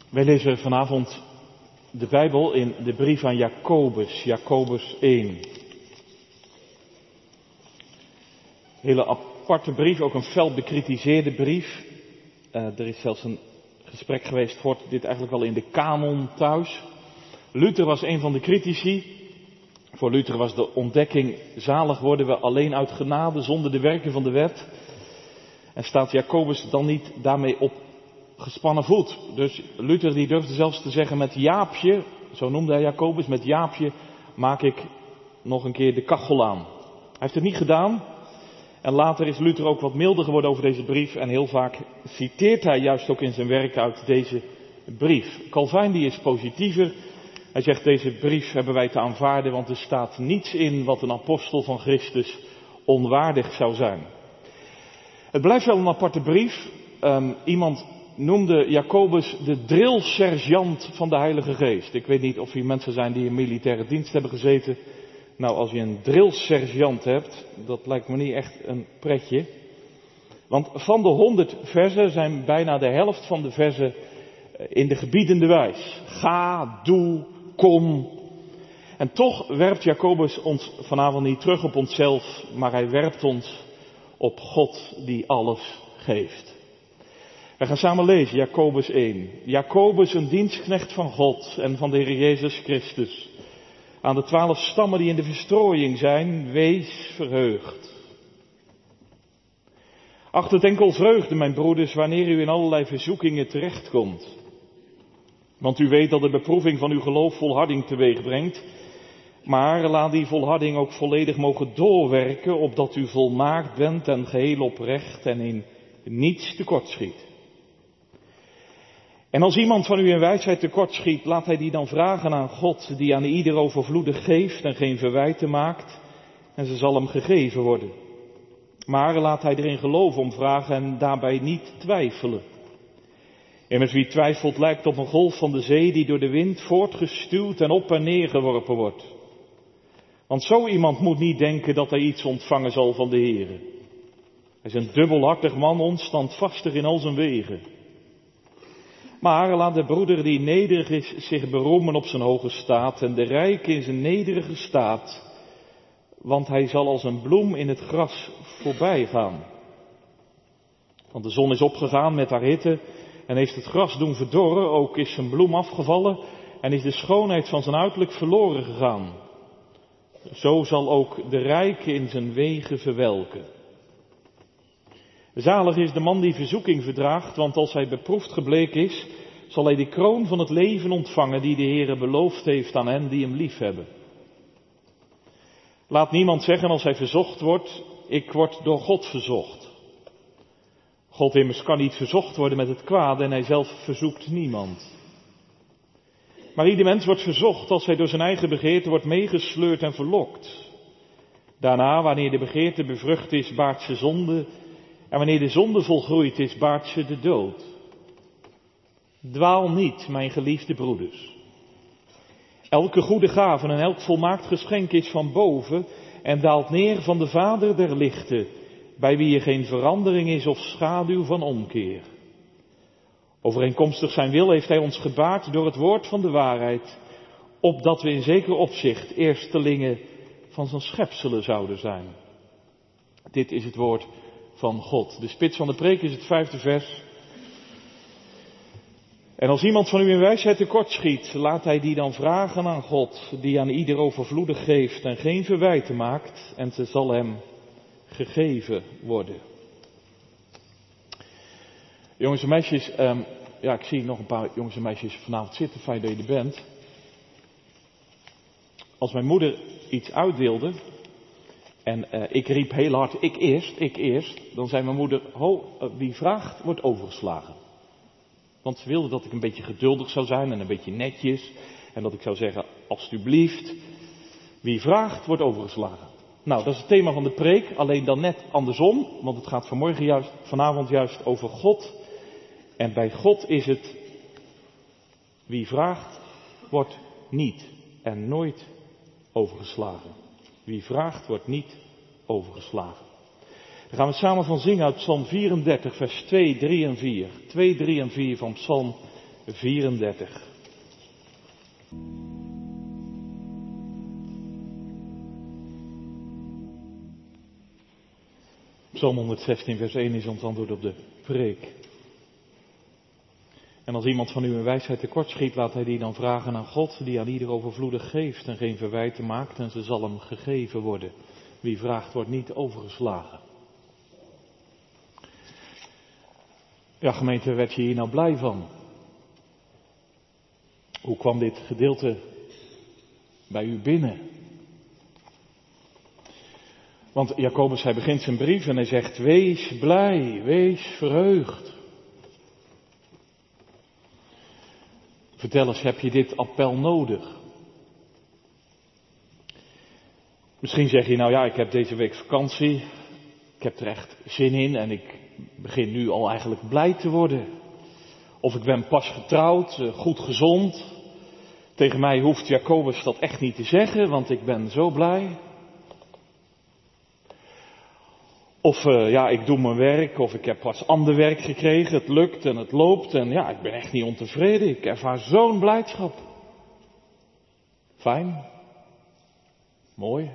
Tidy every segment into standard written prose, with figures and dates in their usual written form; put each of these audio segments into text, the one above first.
Wij lezen vanavond de Bijbel in de brief aan Jacobus, Jacobus 1. Hele aparte brief, ook een fel bekritiseerde brief. Er is zelfs een gesprek geweest, hoort dit eigenlijk wel in de kanon thuis. Luther was een van de critici. Voor Luther was de ontdekking, zalig worden we alleen uit genade zonder de werken van de wet. En staat Jacobus dan niet daarmee op gespannen voet? Dus Luther die durfde zelfs te zeggen, met Jaapje, zo noemde hij Jacobus, met Jaapje maak ik nog een keer de kachel aan. Hij heeft het niet gedaan. En later is Luther ook wat milder geworden over deze brief. En heel vaak citeert hij juist ook in zijn werk uit deze brief. Calvijn die is positiever. Hij zegt, deze brief hebben wij te aanvaarden, want er staat niets in wat een apostel van Christus onwaardig zou zijn. Het blijft wel een aparte brief. Iemand noemde Jacobus de drillsergeant van de Heilige Geest. Ik weet niet of hier mensen zijn die in militaire dienst hebben gezeten. Nou, als je een drillsergeant hebt, dat lijkt me niet echt een pretje. Want van de 100 versen zijn bijna de helft van de versen in de gebiedende wijs. Ga, doe, kom. En toch werpt Jacobus ons vanavond niet terug op onszelf, maar hij werpt ons op God die alles geeft. We gaan samen lezen, Jacobus 1. Jacobus, een dienstknecht van God en van de Heer Jezus Christus. Aan de 12 stammen die in de verstrooiing zijn, wees verheugd. Acht het enkel vreugde, mijn broeders, wanneer u in allerlei verzoekingen terechtkomt. Want u weet dat de beproeving van uw geloof volharding teweeg brengt. Maar laat die volharding ook volledig mogen doorwerken, opdat u volmaakt bent en geheel oprecht en in niets tekortschiet. En als iemand van u in wijsheid tekortschiet, laat hij die dan vragen aan God, die aan ieder overvloedig geeft en geen verwijten maakt, en ze zal hem gegeven worden. Maar laat hij erin geloven om vragen en daarbij niet twijfelen. En met wie twijfelt lijkt op een golf van de zee die door de wind voortgestuwd en op en neer geworpen wordt. Want zo iemand moet niet denken dat hij iets ontvangen zal van de Heere. Hij is een dubbelhartig man, onstandvastig in al zijn wegen. Maar laat de broeder die nederig is zich beroemen op zijn hoge staat en de rijke in zijn nederige staat, want hij zal als een bloem in het gras voorbij gaan. Want de zon is opgegaan met haar hitte en heeft het gras doen verdorren, ook is zijn bloem afgevallen en is de schoonheid van zijn uiterlijk verloren gegaan. Zo zal ook de rijke in zijn wegen verwelken. Zalig is de man die verzoeking verdraagt, want als hij beproefd gebleken is, zal hij de kroon van het leven ontvangen die de Heere beloofd heeft aan hen die hem liefhebben. Laat niemand zeggen als hij verzocht wordt, ik word door God verzocht. God immers kan niet verzocht worden met het kwade en hij zelf verzoekt niemand. Maar ieder mens wordt verzocht als hij door zijn eigen begeerte wordt meegesleurd en verlokt. Daarna, wanneer de begeerte bevrucht is, baart ze zonde. En wanneer de zonde volgroeid is, baart ze de dood. Dwaal niet, mijn geliefde broeders. Elke goede gave en elk volmaakt geschenk is van boven en daalt neer van de Vader der lichten, bij wie er geen verandering is of schaduw van omkeer. Overeenkomstig zijn wil heeft hij ons gebaard door het woord van de waarheid, opdat we in zeker opzicht eerstelingen van zijn schepselen zouden zijn. Dit is het woord van God. De spits van de preek is het 5e vers. En als iemand van u in wijsheid tekortschiet, laat hij die dan vragen aan God, die aan ieder overvloedig geeft en geen verwijten maakt, en ze zal hem gegeven worden. Jongens en meisjes, ik zie nog een paar jongens en meisjes vanavond zitten, fijn dat je er bent. Als mijn moeder iets uitdeelde, en ik riep heel hard, ik eerst, dan zei mijn moeder, wie vraagt wordt overgeslagen. Want ze wilde dat ik een beetje geduldig zou zijn en een beetje netjes. En dat ik zou zeggen, alstublieft, wie vraagt wordt overgeslagen. Nou, dat is het thema van de preek, alleen dan net andersom. Want het gaat vanavond juist over God. En bij God is het, wie vraagt wordt niet en nooit overgeslagen. Wie vraagt wordt niet overgeslagen. Daar gaan we samen van zingen uit Psalm 34, vers 2, 3 en 4. 2, 3 en 4 van Psalm 34. Psalm 116 vers 1 is ons antwoord op de preek. En als iemand van u een wijsheid tekortschiet, laat hij die dan vragen aan God, die aan ieder overvloedig geeft en geen verwijten maakt, en ze zal hem gegeven worden. Wie vraagt, wordt niet overgeslagen. Ja, gemeente, werd je hier nou blij van? Hoe kwam dit gedeelte bij u binnen? Want Jacobus, hij begint zijn brief en hij zegt, wees blij, wees verheugd. Vertel eens, heb je dit appel nodig? Misschien zeg je, nou ja, ik heb deze week vakantie, ik heb er echt zin in en ik begin nu al eigenlijk blij te worden. Of ik ben pas getrouwd, goed gezond. Tegen mij hoeft Jacobus dat echt niet te zeggen, want ik ben zo blij. Of ja, ik doe mijn werk, of ik heb pas ander werk gekregen, het lukt en het loopt en ja, ik ben echt niet ontevreden. Ik ervaar zo'n blijdschap. Fijn. Mooi.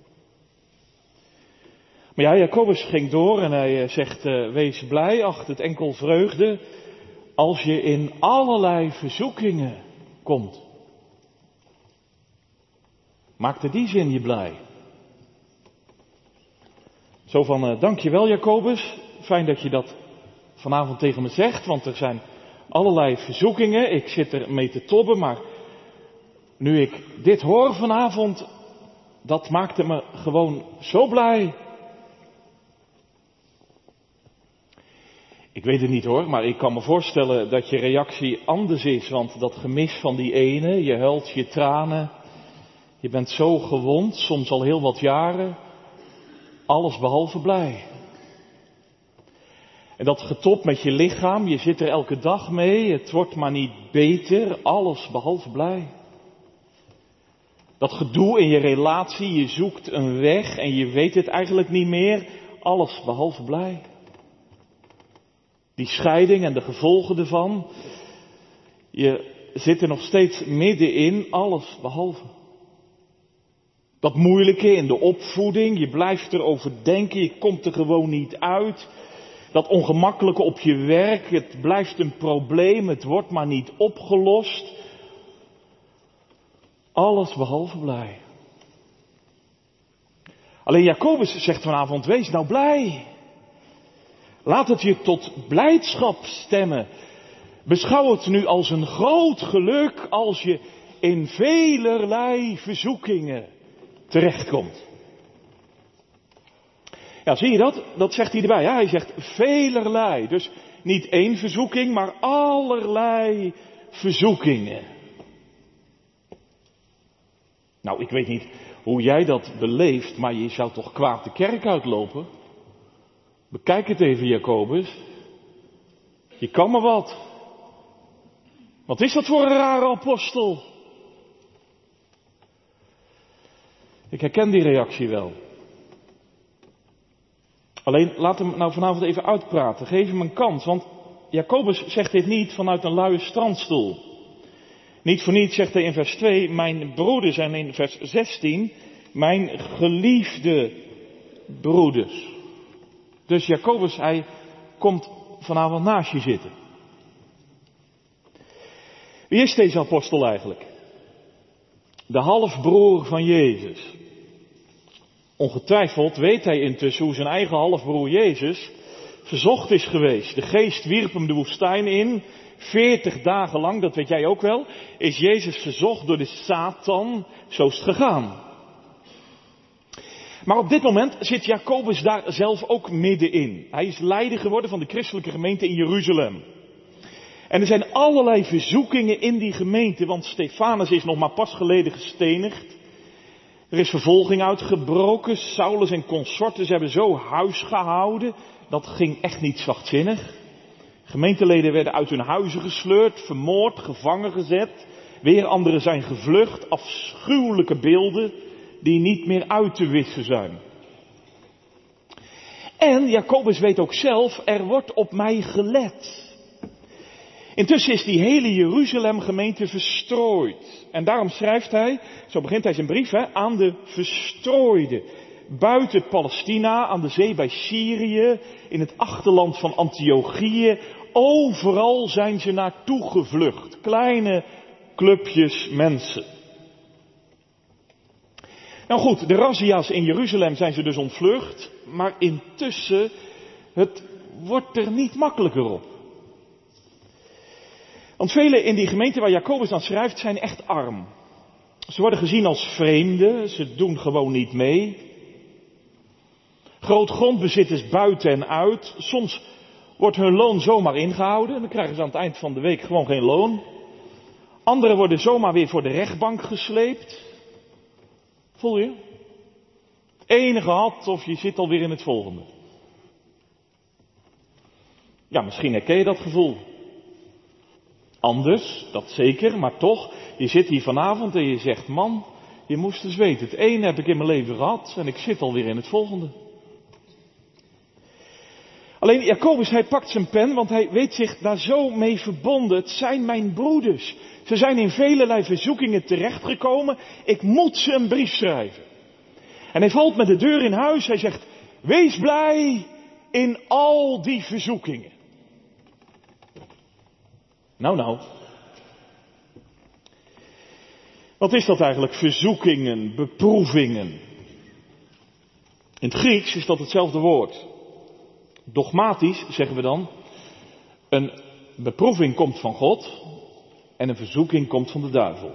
Maar ja, Jacobus ging door en hij zegt, wees blij, acht het enkel vreugde, als je in allerlei verzoekingen komt. Maakte die zin je blij? Zo van, dankjewel Jacobus, fijn dat je dat vanavond tegen me zegt, want er zijn allerlei verzoekingen, ik zit er mee te tobben, maar nu ik dit hoor vanavond, dat maakte me gewoon zo blij. Ik weet het niet hoor, maar ik kan me voorstellen dat je reactie anders is, want dat gemis van die ene, je huilt je tranen, je bent zo gewond, soms al heel wat jaren, alles behalve blij. En dat getopt met je lichaam, je zit er elke dag mee, het wordt maar niet beter, alles behalve blij. Dat gedoe in je relatie, je zoekt een weg en je weet het eigenlijk niet meer, alles behalve blij. Die scheiding en de gevolgen ervan, je zit er nog steeds middenin, alles behalve. Dat moeilijke in de opvoeding, je blijft erover denken, je komt er gewoon niet uit. Dat ongemakkelijke op je werk, het blijft een probleem, het wordt maar niet opgelost. Alles behalve blij. Alleen Jacobus zegt vanavond, wees nou blij. Laat het je tot blijdschap stemmen. Beschouw het nu als een groot geluk als je in velerlei verzoekingen terechtkomt. Ja, zie je dat? Dat zegt hij erbij. Ja, hij zegt velerlei. Dus niet één verzoeking, maar allerlei verzoekingen. Nou, ik weet niet hoe jij dat beleeft, maar je zou toch kwaad de kerk uitlopen? Bekijk het even, Jacobus. Je kan maar wat. Wat is dat voor een rare apostel? Ik herken die reactie wel. Alleen laat hem nou vanavond even uitpraten. Geef hem een kans. Want Jacobus zegt dit niet vanuit een luie strandstoel. Niet voor niets zegt hij in vers 2 mijn broeders en in vers 16 mijn geliefde broeders. Dus Jacobus, hij komt vanavond naast je zitten. Wie is deze apostel eigenlijk? De halfbroer van Jezus. Ongetwijfeld weet hij intussen hoe zijn eigen halfbroer Jezus verzocht is geweest. De geest wierp hem de woestijn in. 40 dagen lang, dat weet jij ook wel, is Jezus verzocht door de Satan. Zo is het gegaan. Maar op dit moment zit Jacobus daar zelf ook middenin. Hij is leider geworden van de christelijke gemeente in Jeruzalem. En er zijn allerlei verzoekingen in die gemeente, want Stefanus is nog maar pas geleden gestenigd. Er is vervolging uitgebroken, Saulus en consorten hebben zo huis gehouden, dat ging echt niet zachtzinnig. Gemeenteleden werden uit hun huizen gesleurd, vermoord, gevangen gezet. Weer anderen zijn gevlucht, afschuwelijke beelden die niet meer uit te wissen zijn. En Jacobus weet ook zelf, er wordt op mij gelet. Intussen is die hele Jeruzalem-gemeente verstrooid. En daarom schrijft hij, zo begint hij zijn brief, aan de verstrooide. Buiten Palestina, aan de zee bij Syrië, in het achterland van Antiochië. Overal zijn ze naartoe gevlucht. Kleine clubjes mensen. Nou goed, de razzia's in Jeruzalem zijn ze dus ontvlucht. Maar intussen, het wordt er niet makkelijker op. Want velen in die gemeente waar Jacobus aan schrijft zijn echt arm. Ze worden gezien als vreemden, ze doen gewoon niet mee. Groot grondbezit is buiten en uit. Soms wordt hun loon zomaar ingehouden en dan krijgen ze aan het eind van de week gewoon geen loon. Anderen worden zomaar weer voor de rechtbank gesleept. Voel je? Het ene gehad of je zit alweer in het volgende. Ja, misschien herken je dat gevoel. Anders, dat zeker, maar toch, je zit hier vanavond en je zegt, man, je moest eens weten, het ene heb ik in mijn leven gehad en ik zit alweer in het volgende. Alleen Jacobus, hij pakt zijn pen, want hij weet zich daar zo mee verbonden. Het zijn mijn broeders. Ze zijn in velelei verzoekingen terechtgekomen. Ik moet ze een brief schrijven. En hij valt met de deur in huis. Hij zegt, wees blij in al die verzoekingen. Nou. Wat is dat eigenlijk? Verzoekingen, beproevingen. In het Grieks is dat hetzelfde woord. Dogmatisch zeggen we dan, een beproeving komt van God en een verzoeking komt van de duivel.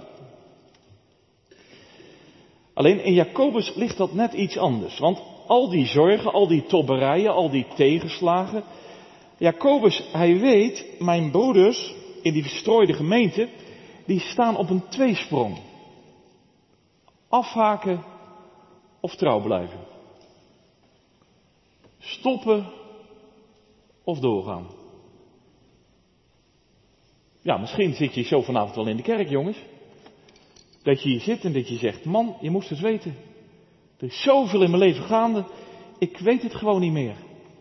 Alleen in Jacobus ligt dat net iets anders, want al die zorgen, al die tobberijen, al die tegenslagen, Jacobus, hij weet, mijn broeders in die verstrooide gemeente, die staan op een tweesprong. Afhaken of trouw blijven. Stoppen of doorgaan. Ja, misschien zit je zo vanavond wel in de kerk, jongens. Dat je hier zit en dat je zegt, man, je moest het weten. Er is zoveel in mijn leven gaande, ik weet het gewoon niet meer.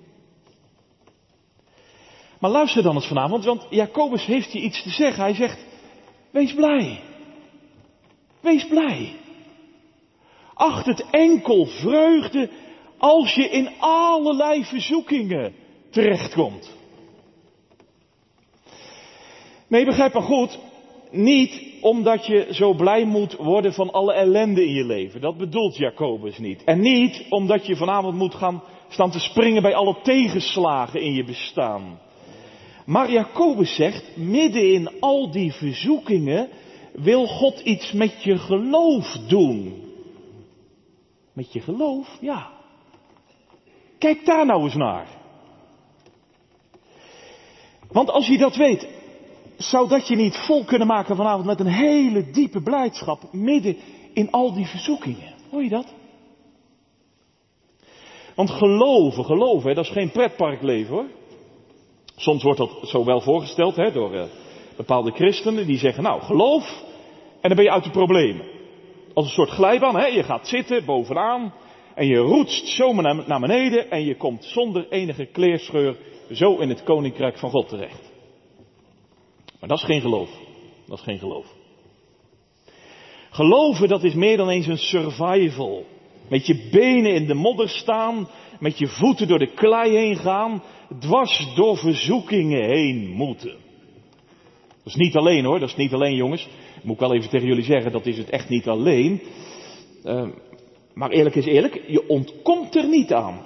Maar luister dan eens vanavond, want Jacobus heeft je iets te zeggen. Hij zegt, wees blij. Wees blij. Acht het enkel vreugde als je in allerlei verzoekingen terechtkomt. Nee, begrijp maar goed. Niet omdat je zo blij moet worden van alle ellende in je leven. Dat bedoelt Jacobus niet. En niet omdat je vanavond moet gaan staan te springen bij alle tegenslagen in je bestaan. Maar Jacobus zegt, midden in al die verzoekingen wil God iets met je geloof doen. Met je geloof? Ja. Kijk daar nou eens naar. Want als je dat weet, zou dat je niet vol kunnen maken vanavond met een hele diepe blijdschap midden in al die verzoekingen. Hoor je dat? Want geloven, dat is geen pretparkleven hoor. Soms wordt dat zo wel voorgesteld door bepaalde christenen die zeggen, nou geloof en dan ben je uit de problemen. Als een soort glijbaan, je gaat zitten bovenaan en je roetst zomaar naar beneden en je komt zonder enige kleerscheur zo in het koninkrijk van God terecht. Maar dat is geen geloof. Dat is geen geloof. Geloven, dat is meer dan eens een survival. Met je benen in de modder staan, met je voeten door de klei heen gaan, dwars door verzoekingen heen moeten. Dat is niet alleen hoor, dat is niet alleen jongens. Moet ik wel even tegen jullie zeggen, dat is het echt niet alleen. Maar eerlijk is eerlijk, je ontkomt er niet aan.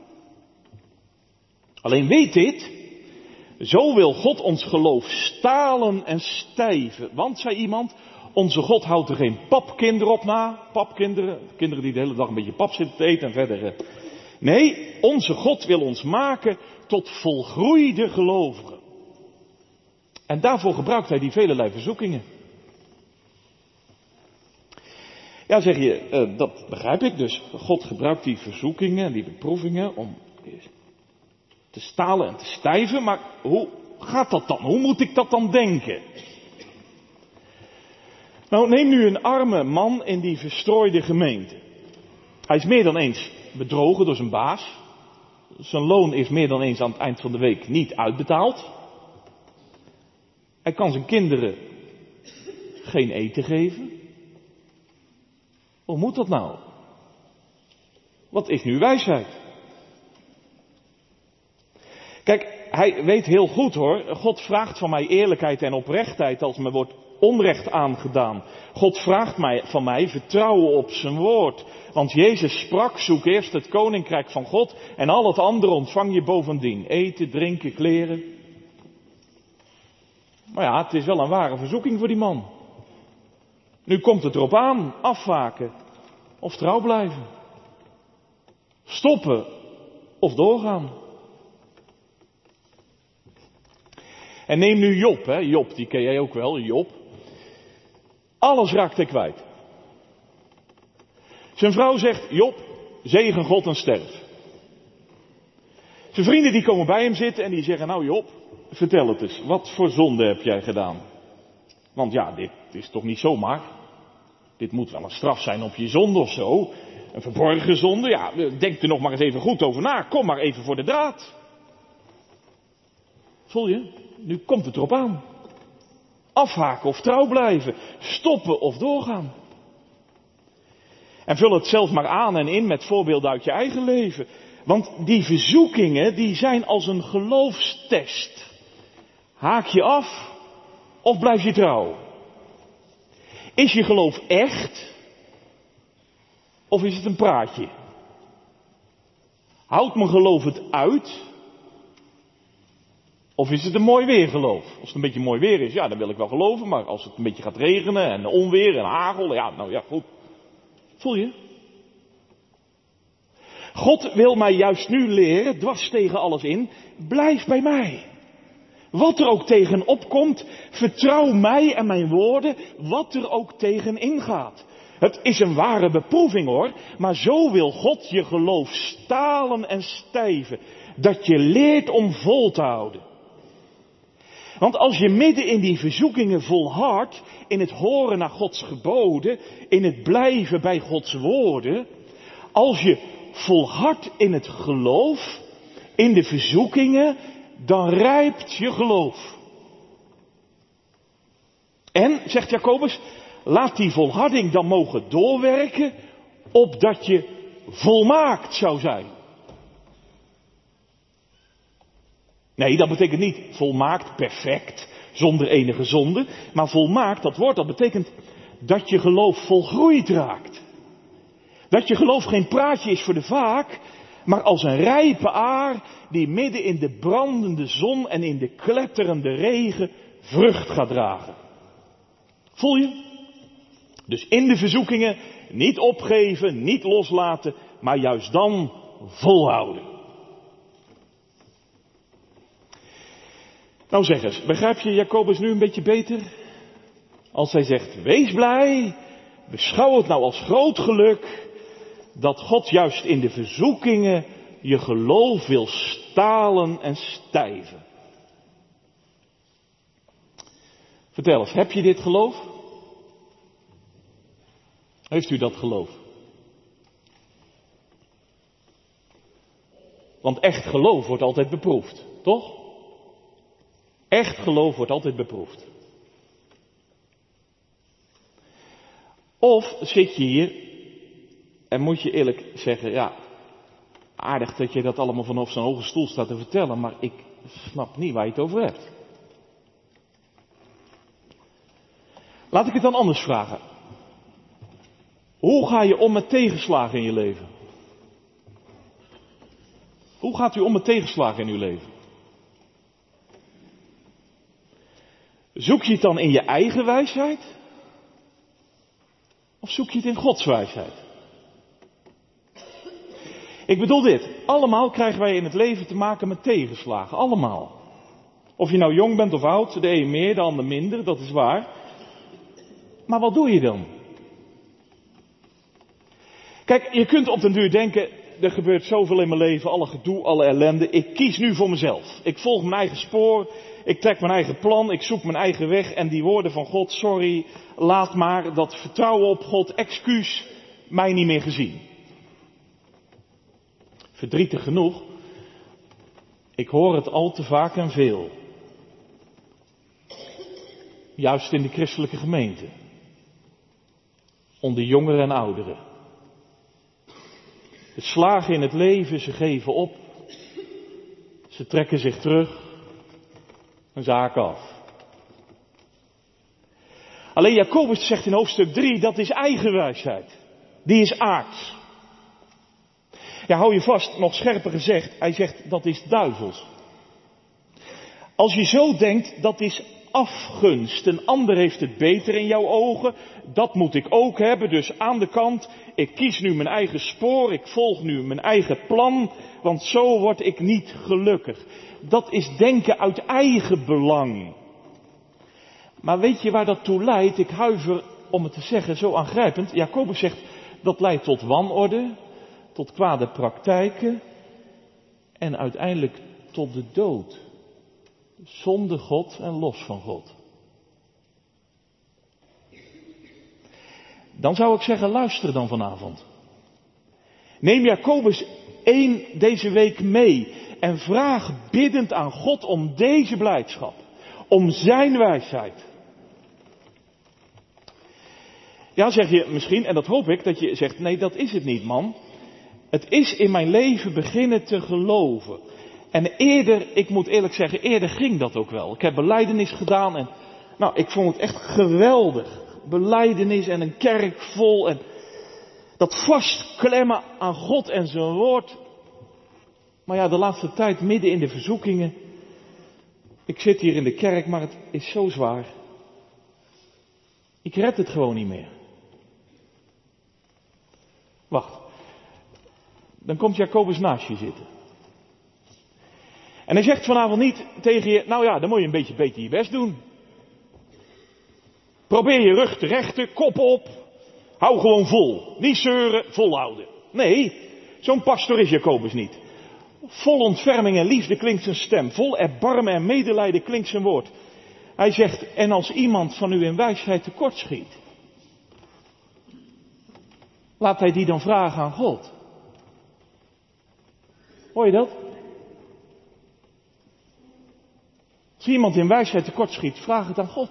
Alleen weet dit, zo wil God ons geloof stalen en stijven. Want, zei iemand, onze God houdt er geen papkinderen op na. Papkinderen, kinderen die de hele dag een beetje pap zitten te eten en verder. Nee, onze God wil ons maken tot volgroeide gelovigen. En daarvoor gebruikt hij die velelei verzoekingen. Ja, zeg je, dat begrijp ik dus. God gebruikt die verzoekingen en die beproevingen om te stalen en te stijven. Maar hoe gaat dat dan? Hoe moet ik dat dan denken? Nou, neem nu een arme man in die verstrooide gemeente. Hij is meer dan eens bedrogen door zijn baas. Zijn loon is meer dan eens aan het eind van de week niet uitbetaald. Hij kan zijn kinderen geen eten geven. Hoe moet dat nou? Wat is nu wijsheid? Kijk, hij weet heel goed hoor. God vraagt van mij eerlijkheid en oprechtheid als me wordt onrecht aangedaan. God vraagt van mij vertrouwen op zijn woord. Want Jezus sprak, zoek eerst het koninkrijk van God en al het andere ontvang je bovendien. Eten, drinken, kleren. Maar ja, het is wel een ware verzoeking voor die man. Nu komt het erop aan, afwaken of trouw blijven. Stoppen of doorgaan. En neem nu Job, hè. Job, die ken jij ook wel, Job. Alles raakt hij kwijt. Zijn vrouw zegt, Job, zegen God en sterf. Zijn vrienden die komen bij hem zitten en die zeggen, nou Job, vertel het eens, wat voor zonde heb jij gedaan? Want ja, dit is toch niet zomaar. Dit moet wel een straf zijn op je zonde of zo. Een verborgen zonde, ja, denk er nog maar eens even goed over na. Kom maar even voor de draad. Voel je? Nu komt het erop aan. Afhaken of trouw blijven. Stoppen of doorgaan. En vul het zelf maar aan en in met voorbeelden uit je eigen leven. Want die verzoekingen, die zijn als een geloofstest. Haak je af of blijf je trouw? Is je geloof echt? Of is het een praatje? Houdt mijn geloof het uit? Of is het een mooi weergeloof? Als het een beetje mooi weer is, ja, dan wil ik wel geloven. Maar als het een beetje gaat regenen en onweer en hagel, ja, nou ja, goed. Voel je? God wil mij juist nu leren, dwars tegen alles in, blijf bij mij. Wat er ook tegen opkomt, vertrouw mij en mijn woorden, wat er ook tegen ingaat. Het is een ware beproeving hoor, maar zo wil God je geloof stalen en stijven, dat je leert om vol te houden. Want als je midden in die verzoekingen volhardt, in het horen naar Gods geboden, in het blijven bij Gods woorden, als je volhardt in het geloof, in de verzoekingen, dan rijpt je geloof. En, zegt Jacobus, laat die volharding dan mogen doorwerken, opdat je volmaakt zou zijn. Nee, dat betekent niet volmaakt, perfect, zonder enige zonde. Maar volmaakt, dat woord, dat betekent dat je geloof volgroeid raakt. Dat je geloof geen praatje is voor de vaak, maar als een rijpe aar die midden in de brandende zon en in de kletterende regen vrucht gaat dragen. Voel je? Dus in de verzoekingen niet opgeven, niet loslaten, maar juist dan volhouden. Nou zeg eens, begrijp je Jacobus nu een beetje beter? Als hij zegt, wees blij, beschouw het nou als groot geluk, dat God juist in de verzoekingen je geloof wil stalen en stijven. Vertel eens, heb je dit geloof? Heeft u dat geloof? Want echt geloof wordt altijd beproefd, toch? Echt geloof wordt altijd beproefd. Of zit je hier en moet je eerlijk zeggen, ja, aardig dat je dat allemaal vanaf zo'n hoge stoel staat te vertellen, maar ik snap niet waar je het over hebt. Laat ik het dan anders vragen. Hoe ga je om met tegenslagen in je leven? Hoe gaat u om met tegenslagen in uw leven? Zoek je het dan in je eigen wijsheid? Of zoek je het in Gods wijsheid? Ik bedoel dit. Allemaal krijgen wij in het leven te maken met tegenslagen. Allemaal. Of je nou jong bent of oud, de een meer, de ander minder, dat is waar. Maar wat doe je dan? Kijk, je kunt op den duur denken, er gebeurt zoveel in mijn leven, alle gedoe, alle ellende. Ik kies nu voor mezelf. Ik volg mijn eigen spoor, ik trek mijn eigen plan, ik zoek mijn eigen weg. En die woorden van God, sorry, laat maar, dat vertrouwen op God, excuus, mij niet meer gezien. Verdrietig genoeg, ik hoor het al te vaak en veel. Juist in de christelijke gemeente. Onder jongeren en ouderen. Ze slagen in het leven, ze geven op. Ze trekken zich terug. En ze haken af. Alleen Jacobus zegt in hoofdstuk 3, dat is eigenwijsheid. Die is aards. Ja, hou je vast, nog scherper gezegd, hij zegt dat is duivels. Als je zo denkt, dat is afgunst. Een ander heeft het beter in jouw ogen. Dat moet ik ook hebben, dus aan de kant. Ik kies nu mijn eigen spoor, ik volg nu mijn eigen plan, want zo word ik niet gelukkig. Dat is denken uit eigen belang. Maar weet je waar dat toe leidt? Ik huiver om het te zeggen, zo aangrijpend. Jacobus zegt, dat leidt tot wanorde, tot kwade praktijken en uiteindelijk tot de dood. Zonder God en los van God. Dan zou ik zeggen, luister dan vanavond. Neem Jacobus 1 deze week mee en vraag biddend aan God om deze blijdschap. Om zijn wijsheid. Ja, zeg je misschien, en dat hoop ik, dat je zegt, nee, dat is het niet, man. Het is in mijn leven beginnen te geloven. En eerder, ik moet eerlijk zeggen, eerder ging dat ook wel. Ik heb belijdenis gedaan en, nou, ik vond het echt geweldig. Belijdenis en een kerk vol en dat vastklemmen aan God en zijn woord. Maar ja, de laatste tijd midden in de verzoekingen. Ik zit hier in de kerk, maar het is zo zwaar. Ik red het gewoon niet meer. Wacht. Dan komt Jacobus naast je zitten. En hij zegt vanavond niet tegen je, nou ja, dan moet je een beetje beter je best doen. Probeer je rug te rechten, kop op. Hou gewoon vol. Niet zeuren, volhouden. Nee, zo'n pastor is Jacobus niet. Vol ontferming en liefde klinkt zijn stem. Vol erbarmen en medelijden klinkt zijn woord. Hij zegt, en als iemand van u in wijsheid tekortschiet, laat hij die dan vragen aan God. Hoor je dat? Als iemand in wijsheid tekortschiet, vraag het aan God.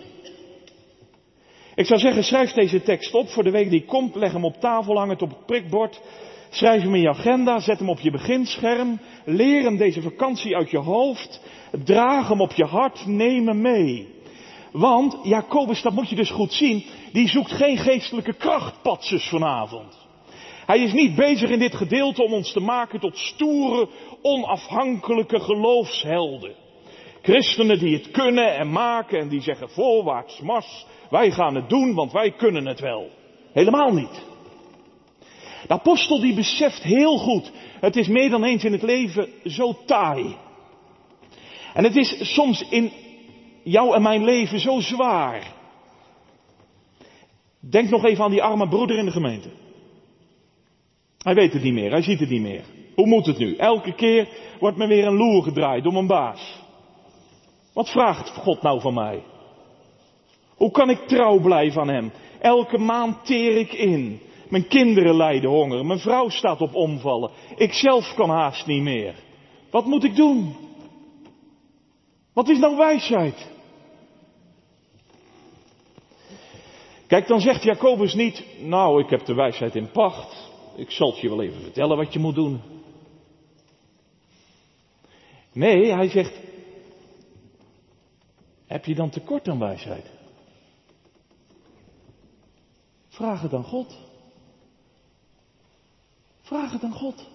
Ik zou zeggen, schrijf deze tekst op voor de week die komt. Leg hem op tafel, hang het op het prikbord. Schrijf hem in je agenda, zet hem op je beginscherm. Leer hem deze vakantie uit je hoofd. Draag hem op je hart, neem hem mee. Want Jacobus, dat moet je dus goed zien, die zoekt geen geestelijke krachtpatsers vanavond. Hij is niet bezig in dit gedeelte om ons te maken tot stoere, onafhankelijke geloofshelden. Christenen die het kunnen en maken en die zeggen voorwaarts mars, wij gaan het doen, want wij kunnen het wel. Helemaal niet. De apostel die beseft heel goed, het is meer dan eens in het leven zo taai. En het is soms in jou en mijn leven zo zwaar. Denk nog even aan die arme broeder in de gemeente. Hij weet het niet meer, hij ziet het niet meer. Hoe moet het nu? Elke keer wordt me weer een loer gedraaid door mijn baas. Wat vraagt God nou van mij? Hoe kan ik trouw blijven aan hem? Elke maand teer ik in. Mijn kinderen lijden honger. Mijn vrouw staat op omvallen. Ik zelf kan haast niet meer. Wat moet ik doen? Wat is nou wijsheid? Kijk, dan zegt Jacobus niet, nou, ik heb de wijsheid in pacht. Ik zal het je wel even vertellen wat je moet doen. Nee, hij zegt, heb je dan tekort aan wijsheid? Vraag het aan God. Vraag het aan God.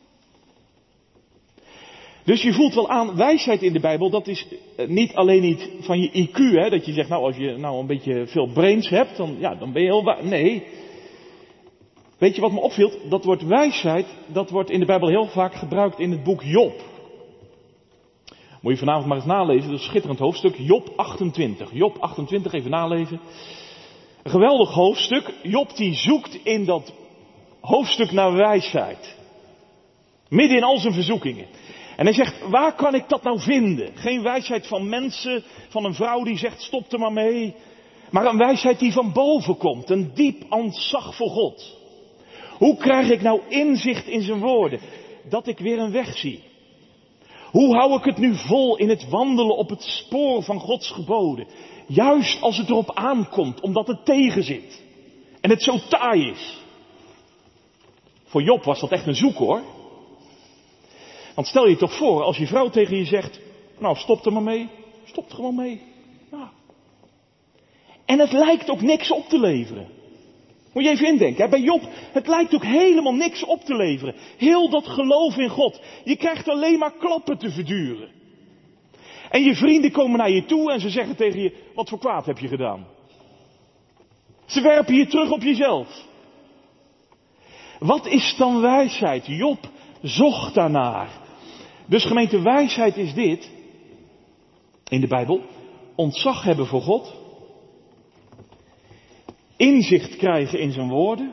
Dus je voelt wel aan, wijsheid in de Bijbel, dat is niet alleen niet van je IQ, hè, dat je zegt, nou als je nou een beetje veel brains hebt, dan ben je heel wijs. Nee. Weet je wat me opviel? Dat woord wijsheid, dat wordt in de Bijbel heel vaak gebruikt in het boek Job. Moet je vanavond maar eens nalezen, dat is een schitterend hoofdstuk, Job 28. Job 28, even nalezen. Een geweldig hoofdstuk. Job die zoekt in dat hoofdstuk naar wijsheid. Midden in al zijn verzoekingen. En hij zegt, waar kan ik dat nou vinden? Geen wijsheid van mensen, van een vrouw die zegt, stop er maar mee. Maar een wijsheid die van boven komt. Een diep ontzag voor God. Hoe krijg ik nou inzicht in zijn woorden? Dat ik weer een weg zie. Hoe hou ik het nu vol in het wandelen op het spoor van Gods geboden? Juist als het erop aankomt, omdat het tegenzit. En het zo taai is. Voor Job was dat echt een zoek hoor. Want stel je toch voor, als je vrouw tegen je zegt, nou stop er maar mee. Stop er gewoon mee. Ja. En het lijkt ook niks op te leveren. Moet je even indenken, hè? Bij Job, het lijkt ook helemaal niks op te leveren. Heel dat geloof in God. Je krijgt alleen maar klappen te verduren. En je vrienden komen naar je toe en ze zeggen tegen je, wat voor kwaad heb je gedaan? Ze werpen je terug op jezelf. Wat is dan wijsheid? Job zocht daarnaar. Dus gemeente, wijsheid is dit, in de Bijbel, ontzag hebben voor God, inzicht krijgen in zijn woorden,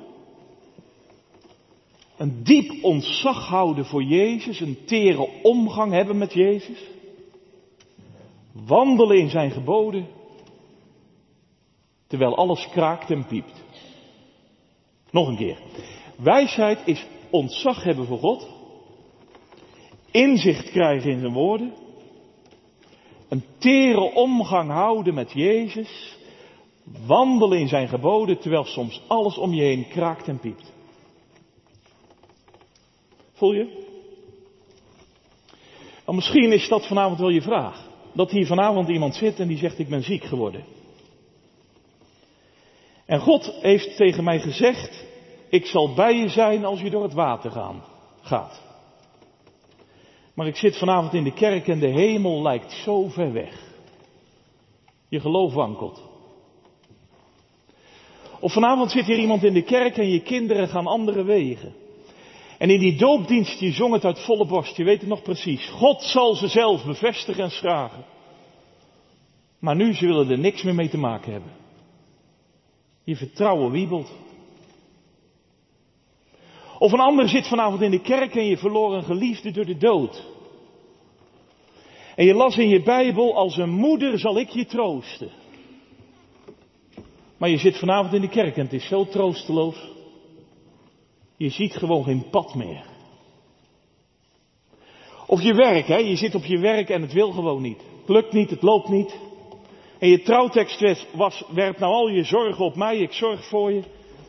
een diep ontzag houden voor Jezus, een tere omgang hebben met Jezus, wandelen in zijn geboden, terwijl alles kraakt en piept. Nog een keer. Wijsheid is ontzag hebben voor God, inzicht krijgen in zijn woorden, een tere omgang houden met Jezus, wandelen in zijn geboden, terwijl soms alles om je heen kraakt en piept. Voel je? Nou, misschien is dat vanavond wel je vraag. Dat hier vanavond iemand zit en die zegt, ik ben ziek geworden. En God heeft tegen mij gezegd, ik zal bij je zijn als je door het water gaat. Maar ik zit vanavond in de kerk en de hemel lijkt zo ver weg. Je geloof wankelt. Of vanavond zit hier iemand in de kerk en je kinderen gaan andere wegen. En in die doopdienst, je zong het uit volle borst, je weet het nog precies. God zal ze zelf bevestigen en schragen. Maar nu, ze willen er niks meer mee te maken hebben. Je vertrouwen wiebelt. Of een ander zit vanavond in de kerk en je verloor een geliefde door de dood. En je las in je Bijbel, als een moeder zal ik je troosten. Maar je zit vanavond in de kerk en het is zo troosteloos. Je ziet gewoon geen pad meer. Of je werk, hè? Je zit op je werk en het wil gewoon niet. Het lukt niet, het loopt niet. En je trouwtekst was, werp nou al je zorgen op mij, ik zorg voor je.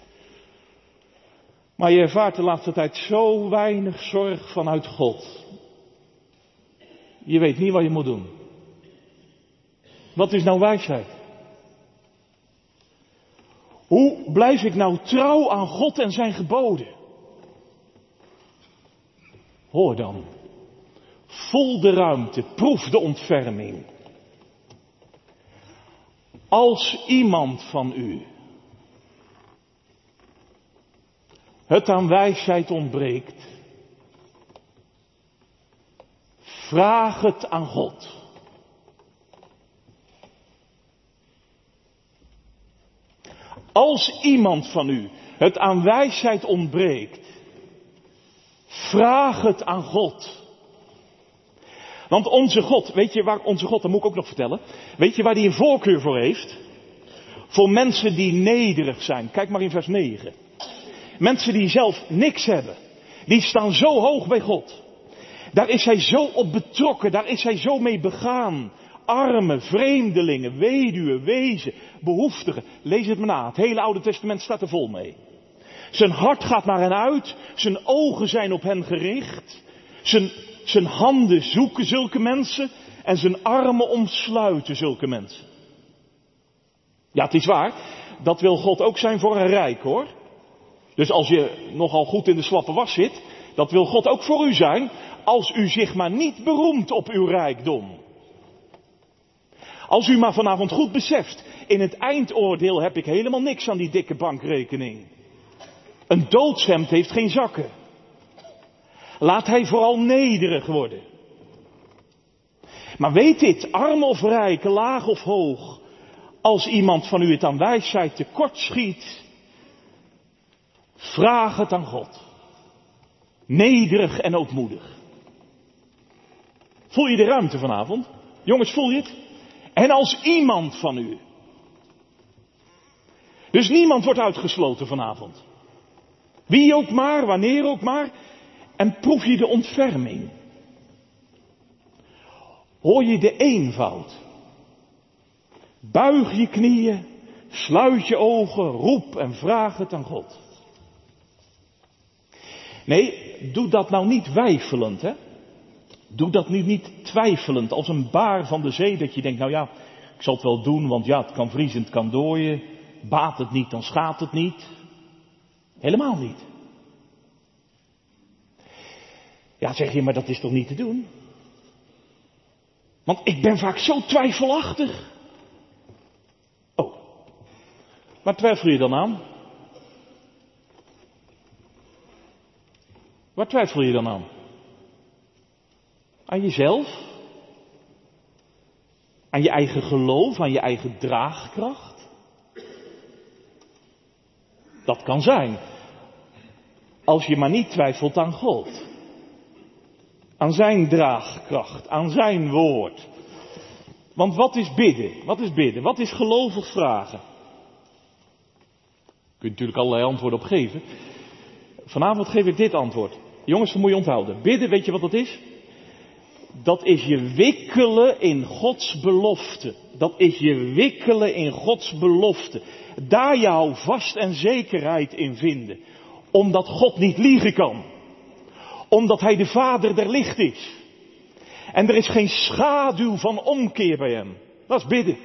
Maar je ervaart de laatste tijd zo weinig zorg vanuit God. Je weet niet wat je moet doen. Wat is nou wijsheid? Hoe blijf ik nou trouw aan God en zijn geboden? Hoor dan. Voel de ruimte, proef de ontferming. Als iemand van u het aan wijsheid ontbreekt, vraag het aan God. Als iemand van u het aan wijsheid ontbreekt, vraag het aan God. Want onze God, weet je waar onze God, dat moet ik ook nog vertellen. Weet je waar hij een voorkeur voor heeft? Voor mensen die nederig zijn. Kijk maar in vers 9. Mensen die zelf niks hebben. Die staan zo hoog bij God. Daar is hij zo op betrokken. Daar is hij zo mee begaan. Armen, vreemdelingen, weduwen, wezen, behoeftigen. Lees het maar na. Het hele Oude Testament staat er vol mee. Zijn hart gaat naar hen uit. Zijn ogen zijn op hen gericht. Zijn handen zoeken zulke mensen. En zijn armen omsluiten zulke mensen. Ja, het is waar. Dat wil God ook zijn voor een rijk, hoor. Dus als je nogal goed in de slappe was zit, dat wil God ook voor u zijn, als u zich maar niet beroemt op uw rijkdom. Als u maar vanavond goed beseft, in het eindoordeel heb ik helemaal niks aan die dikke bankrekening. Een doodshemd heeft geen zakken. Laat hij vooral nederig worden. Maar weet dit, arm of rijk, laag of hoog, als iemand van u het aan wijsheid tekort schiet, vraag het aan God. Nederig en ootmoedig. Voel je de ruimte vanavond? Jongens, voel je het? En als iemand van u. Dus niemand wordt uitgesloten vanavond. Wie ook maar, wanneer ook maar. En proef je de ontferming. Hoor je de eenvoud? Buig je knieën, sluit je ogen, roep en vraag het aan God. Nee, doe dat nou niet weifelend, hè. Doe dat nu niet twijfelend, als een baar van de zee, dat je denkt, nou ja, ik zal het wel doen, want ja, het kan vriezen, het kan dooien. Baat het niet, dan schaadt het niet. Helemaal niet. Ja, zeg je, maar dat is toch niet te doen? Want ik ben vaak zo twijfelachtig. Oh, waar twijfel je dan aan? Waar twijfel je dan aan? Aan jezelf? Aan je eigen geloof, aan je eigen draagkracht? Dat kan zijn. Als je maar niet twijfelt aan God. Aan zijn draagkracht, aan zijn woord. Want wat is bidden? Wat is bidden? Wat is gelovig vragen? Kun je natuurlijk allerlei antwoorden op geven. Vanavond geef ik dit antwoord. Jongens, dat moet je onthouden. Bidden, weet je wat dat is? Dat is je wikkelen in Gods belofte. Dat is je wikkelen in Gods belofte. Daar jouw vast en zekerheid in vinden. Omdat God niet liegen kan. Omdat Hij de Vader der licht is. En er is geen schaduw van omkeer bij Hem. Dat is bidden.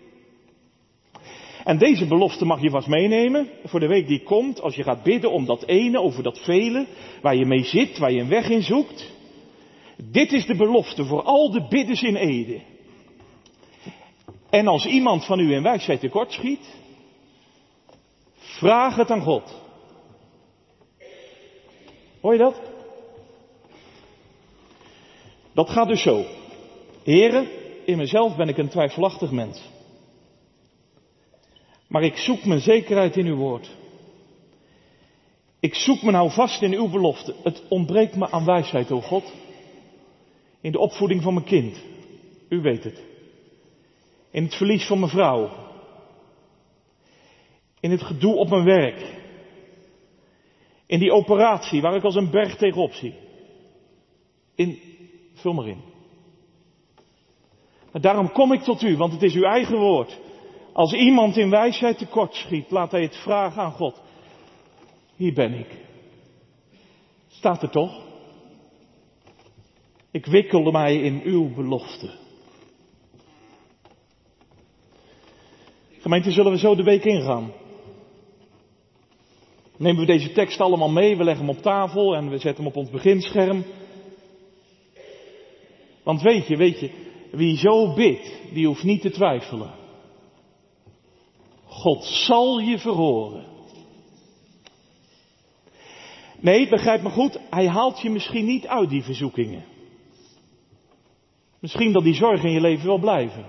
En deze belofte mag je vast meenemen voor de week die komt. Als je gaat bidden om dat ene, over dat vele. Waar je mee zit, waar je een weg in zoekt. Dit is de belofte voor al de bidders in Ede. En als iemand van u in wijsheid tekortschiet, vraag het aan God. Hoor je dat? Dat gaat dus zo. Heren, in mezelf ben ik een twijfelachtig mens. Maar ik zoek mijn zekerheid in uw woord. Ik zoek me nou vast in uw belofte. Het ontbreekt me aan wijsheid, o God. In de opvoeding van mijn kind. U weet het. In het verlies van mijn vrouw. In het gedoe op mijn werk. In die operatie waar ik als een berg tegenop zie. Vul maar in. Maar daarom kom ik tot u, want het is uw eigen woord. Als iemand in wijsheid tekortschiet, laat hij het vragen aan God. Hier ben ik. Staat er toch? Ik wikkelde mij in uw belofte. Gemeente, zullen we zo de week ingaan? Nemen we deze tekst allemaal mee, we leggen hem op tafel en we zetten hem op ons beginscherm. Want weet je, wie zo bidt, die hoeft niet te twijfelen. God zal je verhoren. Nee, begrijp me goed, hij haalt je misschien niet uit die verzoekingen. Misschien dat die zorgen in je leven wel blijven.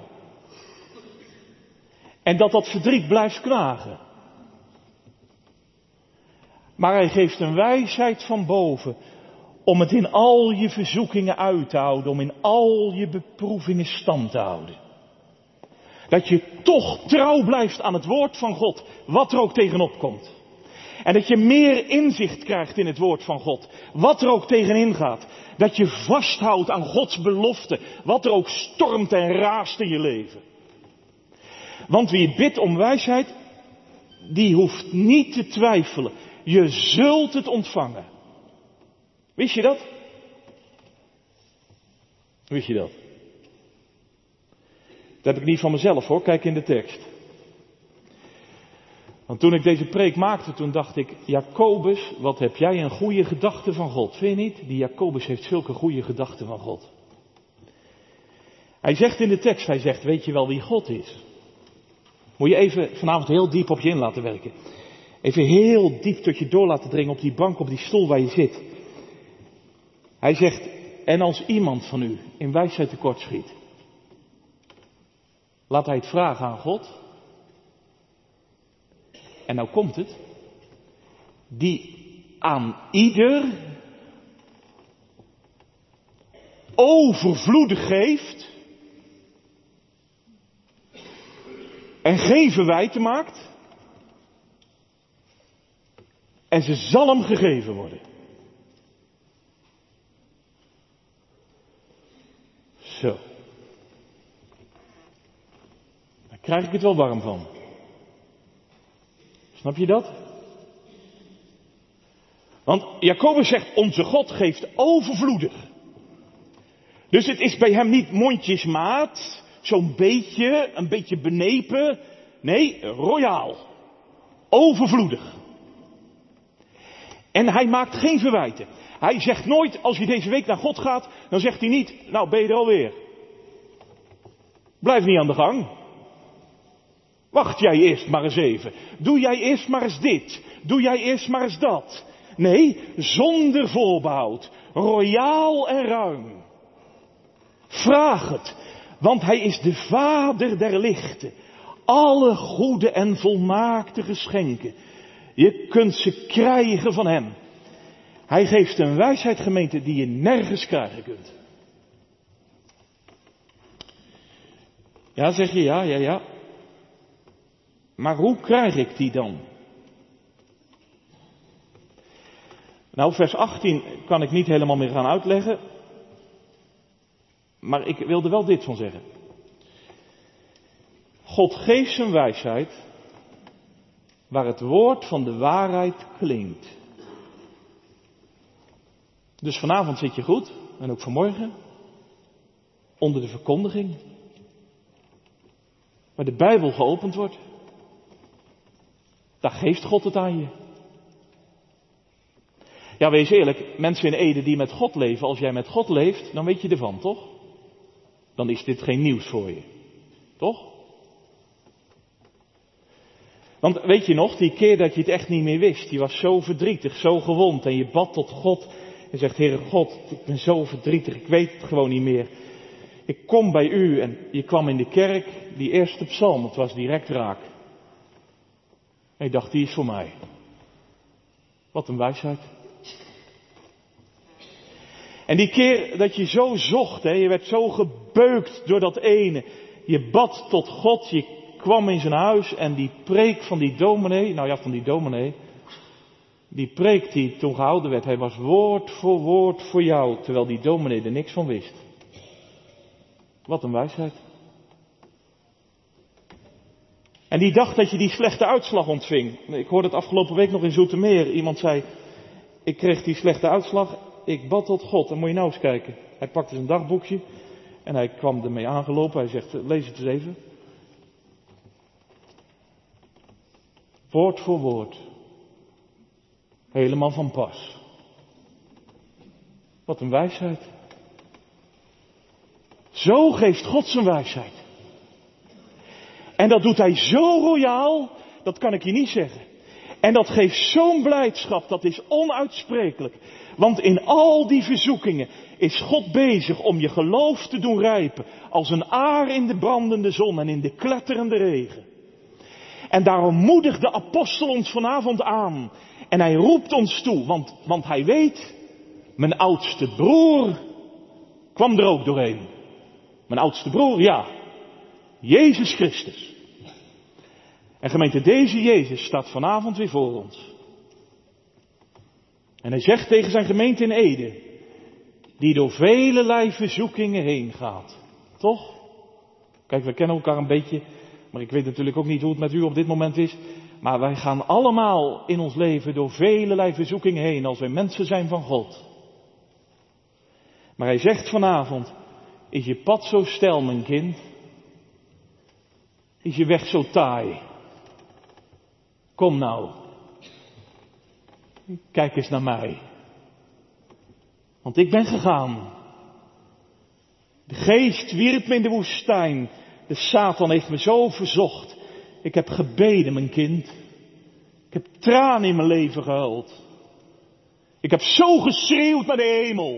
En dat verdriet blijft knagen. Maar hij geeft een wijsheid van boven. Om het in al je verzoekingen uit te houden. Om in al je beproevingen stand te houden. Dat je toch trouw blijft aan het woord van God. Wat er ook tegenop komt. En dat je meer inzicht krijgt in het woord van God. Wat er ook tegenin gaat. Dat je vasthoudt aan Gods belofte. Wat er ook stormt en raast in je leven. Want wie bidt om wijsheid, die hoeft niet te twijfelen. Je zult het ontvangen. Wist je dat? Wist je dat? Dat heb ik niet van mezelf hoor, kijk in de tekst. Want toen ik deze preek maakte, toen dacht ik, Jacobus, wat heb jij een goede gedachte van God. Vind je niet? Die Jacobus heeft zulke goede gedachten van God. Hij zegt in de tekst, hij zegt, weet je wel wie God is? Moet je even vanavond heel diep op je in laten werken. Even heel diep tot je door laten dringen op die bank, op die stoel waar je zit. Hij zegt, en als iemand van u in wijsheid tekortschiet, laat hij het vragen aan God. En nou komt het. Die aan ieder overvloedig geeft. En geen verwijten maakt. En ze zal hem gegeven worden. Zo. krijg ik het wel warm van. Snap je dat? Want Jacobus zegt, onze God geeft overvloedig. Dus het is bij hem niet mondjesmaat, zo'n beetje, een beetje benepen. Nee, royaal. Overvloedig. En hij maakt geen verwijten. Hij zegt nooit, als je deze week naar God gaat, dan zegt hij niet, nou ben je er alweer. Blijf niet aan de gang. Wacht jij eerst maar eens even. Doe jij eerst maar eens dit. Doe jij eerst maar eens dat. Nee, zonder voorbehoud. Royaal en ruim. Vraag het, want hij is de Vader der lichten. Alle goede en volmaakte geschenken. Je kunt ze krijgen van hem. Hij geeft een wijsheid, gemeente, die je nergens krijgen kunt. Ja, zeg je, ja. Maar hoe krijg ik die dan? Nou, vers 18 kan ik niet helemaal meer gaan uitleggen. Maar ik wil er wel dit van zeggen. God geeft zijn wijsheid waar het woord van de waarheid klinkt. Dus vanavond zit je goed, en ook vanmorgen, onder de verkondiging, waar de Bijbel geopend wordt. Daar geeft God het aan je. Ja, wees eerlijk, mensen in Ede die met God leven, als jij met God leeft, dan weet je ervan, toch? Dan is dit geen nieuws voor je. Toch? Want weet je nog, die keer dat je het echt niet meer wist, je was zo verdrietig, zo gewond en je bad tot God en zegt, Heere God, ik ben zo verdrietig, ik weet het gewoon niet meer. Ik kom bij u en je kwam in de kerk, die eerste psalm, het was direct raak. En ik dacht, die is voor mij. Wat een wijsheid. En die keer dat je zo zocht, je werd zo gebeukt door dat ene. Je bad tot God, je kwam in zijn huis en die preek van die dominee, die preek die toen gehouden werd, hij was woord voor jou, terwijl die dominee er niks van wist. Wat een wijsheid. En die dacht dat je die slechte uitslag ontving. Ik hoorde het afgelopen week nog in Zoetermeer. Iemand zei, ik kreeg die slechte uitslag, ik bad tot God. En moet je nou eens kijken. Hij pakte zijn dagboekje en hij kwam ermee aangelopen. Hij zegt, lees het eens even. Woord voor woord. Helemaal van pas. Wat een wijsheid. Zo geeft God zijn wijsheid. En dat doet hij zo royaal, dat kan ik je niet zeggen. En dat geeft zo'n blijdschap, dat is onuitsprekelijk. Want in al die verzoekingen is God bezig om je geloof te doen rijpen. Als een aar in de brandende zon en in de kletterende regen. En daarom moedigt de apostel ons vanavond aan. En hij roept ons toe, want hij weet, mijn oudste broer kwam er ook doorheen. Mijn oudste broer, ja. Jezus Christus. En gemeente, deze Jezus staat vanavond weer voor ons. En hij zegt tegen zijn gemeente in Ede, die door velelei verzoekingen heen gaat. Toch? Kijk, we kennen elkaar een beetje, maar ik weet natuurlijk ook niet hoe het met u op dit moment is. Maar wij gaan allemaal in ons leven door velelei verzoekingen heen als wij mensen zijn van God. Maar hij zegt vanavond, is je pad zo steil, mijn kind? Is je weg zo taai? Kom nou. Kijk eens naar mij. Want ik ben gegaan. De geest wierp me in de woestijn. De Satan heeft me zo verzocht. Ik heb gebeden, mijn kind. Ik heb tranen in mijn leven gehuild. Ik heb zo geschreeuwd naar de hemel.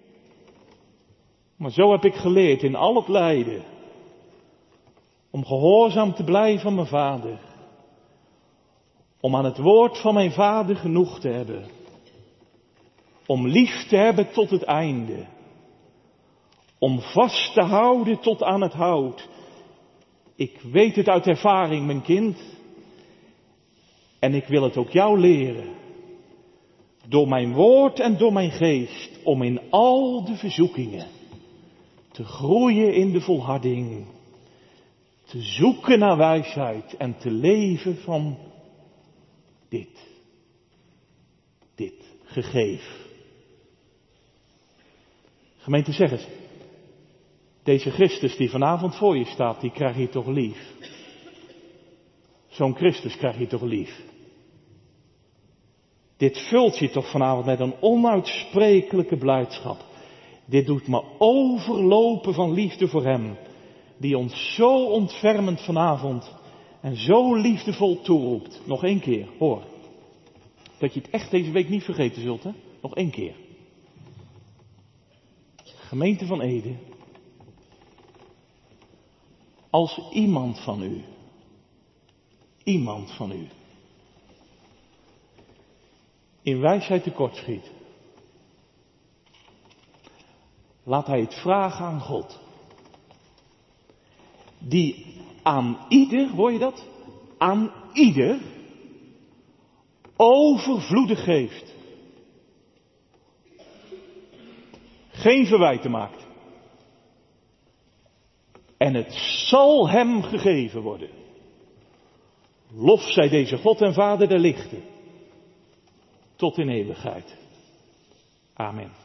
Maar zo heb ik geleerd in al het lijden. Om gehoorzaam te blijven aan mijn vader. Om aan het woord van mijn vader genoeg te hebben. Om lief te hebben tot het einde. Om vast te houden tot aan het hout. Ik weet het uit ervaring, mijn kind. En ik wil het ook jou leren. Door mijn woord en door mijn geest. Om in al de verzoekingen te groeien in de volharding. te zoeken naar wijsheid en te leven van dit gegeven. Gemeente, zeg eens, deze Christus die vanavond voor je staat, die krijg je toch lief? Zo'n Christus krijg je toch lief? Dit vult je toch vanavond met een onuitsprekelijke blijdschap. Dit doet me overlopen van liefde voor Hem, die ons zo ontfermend vanavond en zo liefdevol toeroept. Nog 1 keer, hoor. Dat je het echt deze week niet vergeten zult, hè? Nog 1 keer. Gemeente van Ede. Als iemand van u, in wijsheid tekortschiet, laat hij het vragen aan God. Die aan ieder, hoor je dat? Aan ieder overvloedig geeft. Geen verwijten maakt. En het zal hem gegeven worden. Lof zij deze God en Vader der lichten. Tot in eeuwigheid. Amen.